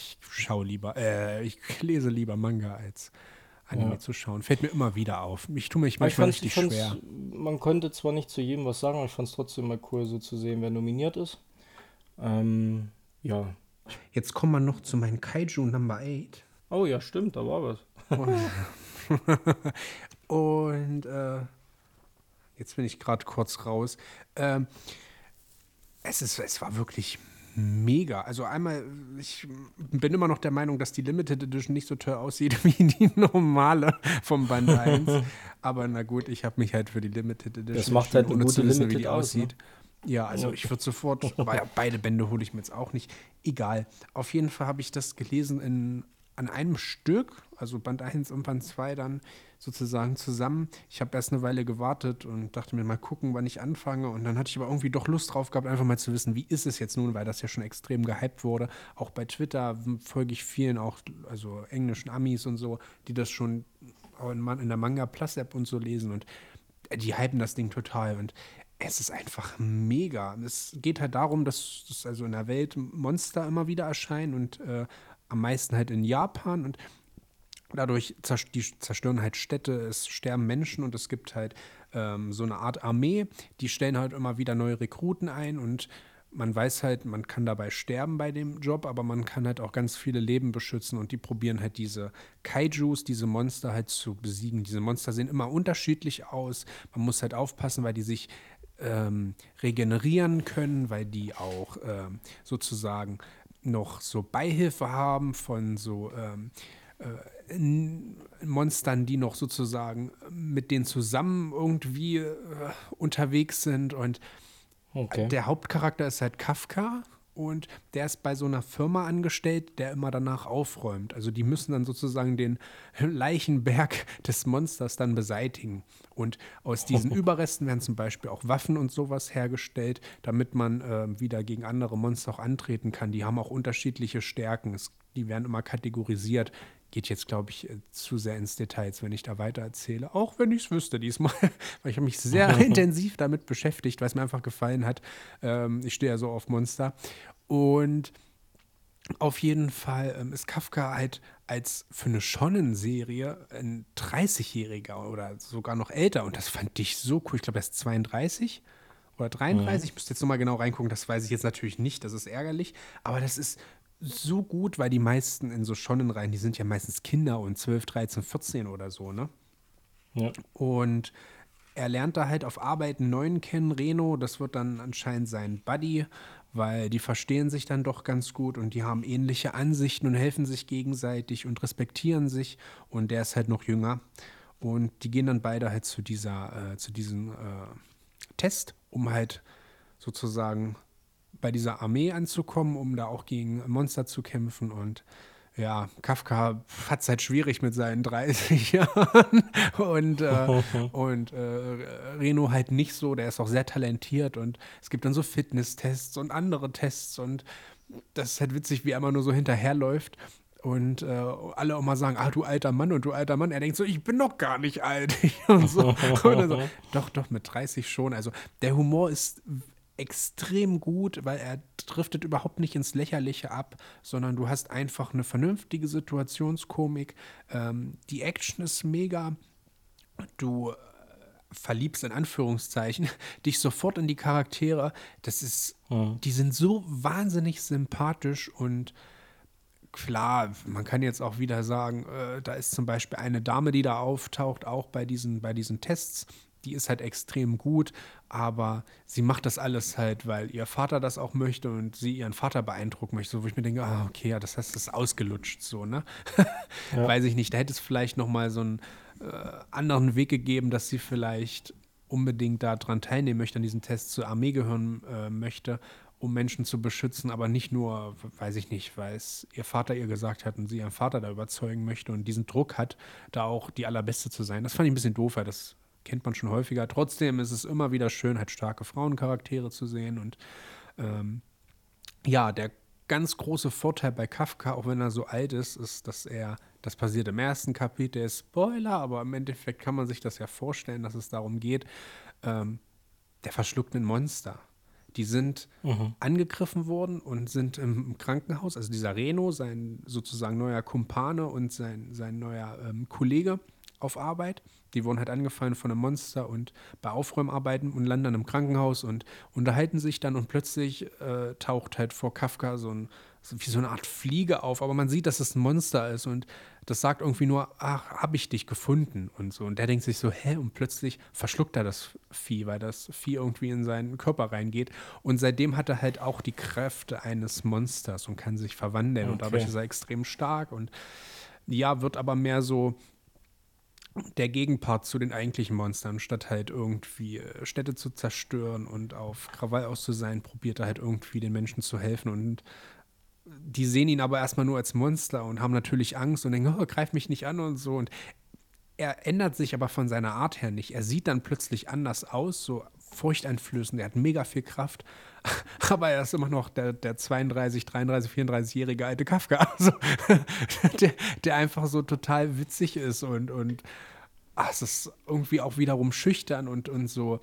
S1: ich lese lieber Manga als Anime
S2: Ja.
S1: zu schauen. Fällt mir immer wieder auf. Ich tue mich
S2: Aber
S1: manchmal richtig
S2: fand's,
S1: schwer.
S2: man konnte zwar nicht zu jedem was sagen, aber ich fand es trotzdem mal cool, so zu sehen, wer nominiert ist. Ähm, ja.
S1: Jetzt kommen wir noch zu meinem Kaiju Number 8.
S2: Oh ja, stimmt, da war was.
S1: Und, und jetzt bin ich gerade kurz raus. Ähm, es war wirklich mega. Also einmal, ich bin immer noch der Meinung, dass die Limited Edition nicht so teuer aussieht wie die normale vom Band 1. Aber na gut, ich habe mich halt für die Limited
S2: Das
S1: Edition
S2: macht
S1: entschieden,
S2: halt eine
S1: ohne
S2: gute
S1: zu wissen, wie
S2: Limited
S1: die
S2: aus, ne?
S1: aussieht. Ja, also
S2: Ja.
S1: ich würde sofort, aber ja, beide Bände hole ich mir jetzt auch nicht. Egal. Auf jeden Fall habe ich das gelesen an einem Stück, also Band 1 und Band 2 dann sozusagen zusammen. Ich habe erst eine Weile gewartet und dachte mir mal gucken, wann ich anfange. Und dann hatte ich aber irgendwie doch Lust drauf gehabt, einfach mal zu wissen, wie ist es jetzt nun, weil das ja schon extrem gehypt wurde. Auch bei Twitter folge ich vielen, auch also englischen Amis und so, die das schon auch in der Manga Plus App und so lesen. Und die hypen das Ding total. Und es ist einfach mega. Es geht halt darum, dass also in der Welt Monster immer wieder erscheinen und am meisten halt in Japan und dadurch die zerstören halt Städte, es sterben Menschen und es gibt halt so eine Art Armee, die stellen halt immer wieder neue Rekruten ein und man weiß halt, man kann dabei sterben bei dem Job, aber man kann halt auch ganz viele Leben beschützen und die probieren halt diese Kaijus, diese Monster halt zu besiegen. Diese Monster sehen immer unterschiedlich aus. Man muss halt aufpassen, weil die sich regenerieren können, weil die auch sozusagen noch so Beihilfe haben von so Monstern, die noch sozusagen mit denen zusammen irgendwie unterwegs sind. Und
S2: Okay.
S1: der Hauptcharakter ist halt Kafka und der ist bei so einer Firma angestellt, der immer danach aufräumt. Also die müssen dann sozusagen den Leichenberg des Monsters dann beseitigen. Und aus diesen Überresten werden zum Beispiel auch Waffen und sowas hergestellt, damit man wieder gegen andere Monster auch antreten kann. Die haben auch unterschiedliche Stärken. Die werden immer kategorisiert. Geht jetzt, glaube ich, zu sehr ins Details, wenn ich da weiter erzähle. Auch wenn ich es wüsste diesmal, weil ich habe mich sehr intensiv damit beschäftigt, weil es mir einfach gefallen hat. Ich stehe ja so auf Monster. Und auf jeden Fall ist Kafka halt als für eine Shonen-Serie ein 30-Jähriger oder sogar noch älter. Und das fand ich so cool. Ich glaube, er ist 32 oder
S2: Mhm.
S1: 33. Ich müsste jetzt nochmal genau reingucken. Das weiß ich jetzt natürlich nicht. Das ist ärgerlich. Aber das ist so gut, weil die meisten in so Shonen-Reihen, die sind ja meistens Kinder und 12, 13, 14 oder so, ne?
S2: Ja.
S1: Und er lernt da halt auf Arbeit einen neuen kennen, Reno. Das wird dann anscheinend sein Buddy, weil die verstehen sich dann doch ganz gut und die haben ähnliche Ansichten und helfen sich gegenseitig und respektieren sich. Und der ist halt noch jünger. Und die gehen dann beide halt zu diesem Test, um halt sozusagen bei dieser Armee anzukommen, um da auch gegen Monster zu kämpfen. Und ja, Kafka hat es halt schwierig mit seinen 30 Jahren und Reno halt nicht so. Der ist auch sehr talentiert und es gibt dann so Fitnesstests und andere Tests und das ist halt witzig, wie er immer nur so hinterherläuft. Und alle auch mal sagen, du alter Mann und du alter Mann. Er denkt so, ich bin doch gar nicht alt. Und so. Und dann so, doch, mit 30 schon. Also der Humor ist extrem gut, weil er driftet überhaupt nicht ins Lächerliche ab, sondern du hast einfach eine vernünftige Situationskomik. Die Action ist mega. Du verliebst in Anführungszeichen dich sofort in die Charaktere. Die sind so wahnsinnig sympathisch und klar, man kann jetzt auch wieder sagen, da ist zum Beispiel eine Dame, die da auftaucht, auch bei diesen Tests. Die ist halt extrem gut, aber sie macht das alles halt, weil ihr Vater das auch möchte und sie ihren Vater beeindrucken möchte. So, wo ich mir denke, okay, ja, das heißt, das ist ausgelutscht so, ne?
S2: Ja,
S1: Weiß ich nicht, da hätte es vielleicht noch mal so einen anderen Weg gegeben, dass sie vielleicht unbedingt daran teilnehmen möchte, an diesem Test zur Armee gehören möchte, um Menschen zu beschützen, aber nicht nur, weiß ich nicht, weil es ihr Vater ihr gesagt hat und sie ihren Vater da überzeugen möchte und diesen Druck hat, da auch die Allerbeste zu sein. Das fand ich ein bisschen doof, weil das kennt man schon häufiger. Trotzdem ist es immer wieder schön, halt starke Frauencharaktere zu sehen und ja, der ganz große Vorteil bei Kafka, auch wenn er so alt ist, ist, dass das passiert im ersten Kapitel, der ist Spoiler, aber im Endeffekt kann man sich das ja vorstellen, dass es darum geht, der verschluckt ein Monster. Die sind angegriffen worden und sind im Krankenhaus, also dieser Reno, sein sozusagen neuer Kumpane und sein neuer Kollege auf Arbeit, die wurden halt angefallen von einem Monster und bei Aufräumarbeiten und landen dann im Krankenhaus und unterhalten sich dann und plötzlich taucht halt vor Kafka wie so eine Art Fliege auf, aber man sieht, dass es ein Monster ist und das sagt irgendwie nur, ach, hab ich dich gefunden und so. Und der denkt sich so, hä? Und plötzlich verschluckt er das Vieh, weil das Vieh irgendwie in seinen Körper reingeht. Und seitdem hat er halt auch die Kräfte eines Monsters und kann sich verwandeln. Und dadurch
S2: okay.
S1: ist er extrem stark und ja, wird aber mehr so der Gegenpart zu den eigentlichen Monstern, statt halt irgendwie Städte zu zerstören und auf Krawall aus zu sein, probiert er halt irgendwie den Menschen zu helfen und die sehen ihn aber erstmal nur als Monster und haben natürlich Angst und denken, greif mich nicht an und so. Und er ändert sich aber von seiner Art her nicht. Er sieht dann plötzlich anders aus, so furchteinflößend. Er hat mega viel Kraft, aber er ist immer noch der 32, 33, 34-jährige alte Kafka. Also, der einfach so total witzig ist und es ist irgendwie auch wiederum schüchtern und so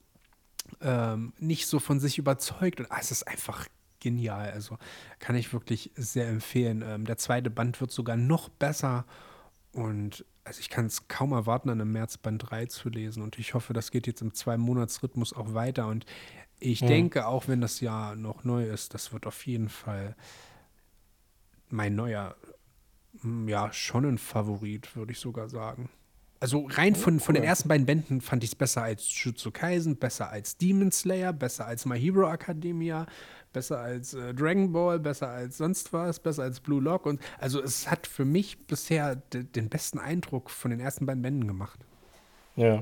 S1: nicht so von sich überzeugt. Und es ist einfach genial. Also kann ich wirklich sehr empfehlen. Der zweite Band wird sogar noch besser und also ich kann es kaum erwarten, dann im März Band 3 zu lesen und ich hoffe, das geht jetzt im 2-Monats-Rhythmus auch weiter und ich
S2: Hm.
S1: denke, auch wenn das Jahr noch neu ist, das wird auf jeden Fall mein neuer, ja, schon ein Favorit, würde ich sogar sagen. Also rein
S2: Ja,
S1: von den
S2: cool.
S1: ersten beiden Bänden fand ich es besser als Jujutsu Kaisen, besser als Demon Slayer, besser als My Hero Academia, besser als Dragon Ball, besser als sonst was, besser als Blue Lock und also es hat für mich bisher den besten Eindruck von den ersten beiden Bänden gemacht.
S2: Ja.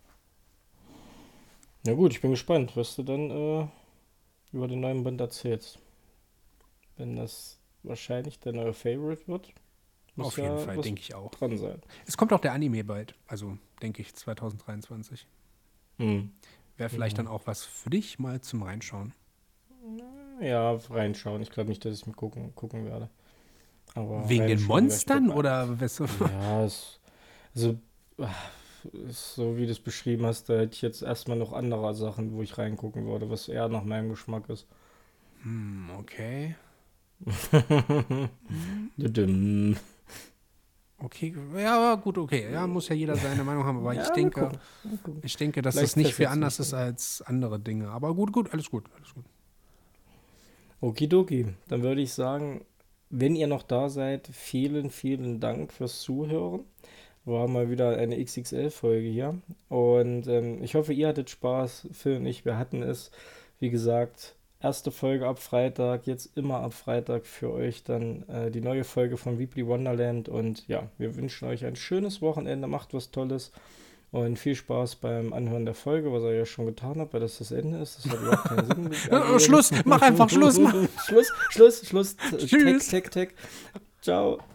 S2: Ja gut, ich bin gespannt, was du dann über den neuen Band erzählst. Wenn das wahrscheinlich der neue Favorite wird, muss
S1: Auf jeden
S2: ja
S1: Fall,
S2: was
S1: denke ich auch.
S2: dran sein.
S1: Es kommt auch der Anime bald, also denke ich 2023.
S2: Hm.
S1: Wäre vielleicht
S2: Ja.
S1: dann auch was für dich mal zum Reinschauen.
S2: Ja, reinschauen. Ich glaube nicht, dass ich mir gucken werde. Aber
S1: Wegen den
S2: reinschauen wäre ich
S1: Monstern
S2: dabei.
S1: oder was?
S2: Ja, also, so wie du es beschrieben hast, da hätte ich jetzt erstmal noch andere Sachen, wo ich reingucken würde, was eher nach meinem Geschmack ist.
S1: Okay.
S2: Düdüm.
S1: Okay, ja, gut, okay. Ja, muss ja jeder seine Meinung haben, aber ich
S2: Ja, wir
S1: denke,
S2: gucken. Mal gucken.
S1: ich denke, dass das
S2: Vielleicht
S1: nicht viel
S2: fesselt es
S1: anders
S2: mich
S1: ist
S2: dann.
S1: als andere Dinge. Aber gut, gut, alles gut, alles gut.
S2: Okidoki. Dann würde ich sagen, wenn ihr noch da seid, vielen, vielen Dank fürs Zuhören. War mal wieder eine XXL-Folge hier. Und ich hoffe, ihr hattet Spaß. Phil und ich, wir hatten es. Wie gesagt, erste Folge ab Freitag, jetzt immer ab Freitag für euch dann die neue Folge von Weebly Wonderland. Und ja, wir wünschen euch ein schönes Wochenende. Macht was Tolles. Und viel Spaß beim Anhören der Folge, was er ja schon getan hat, weil das Ende ist. Das hat überhaupt keinen Sinn ergeben.
S1: Schluss, mach einfach Schluss. Mach.
S2: Schluss.
S1: Tschüss.
S2: Tick. Ciao.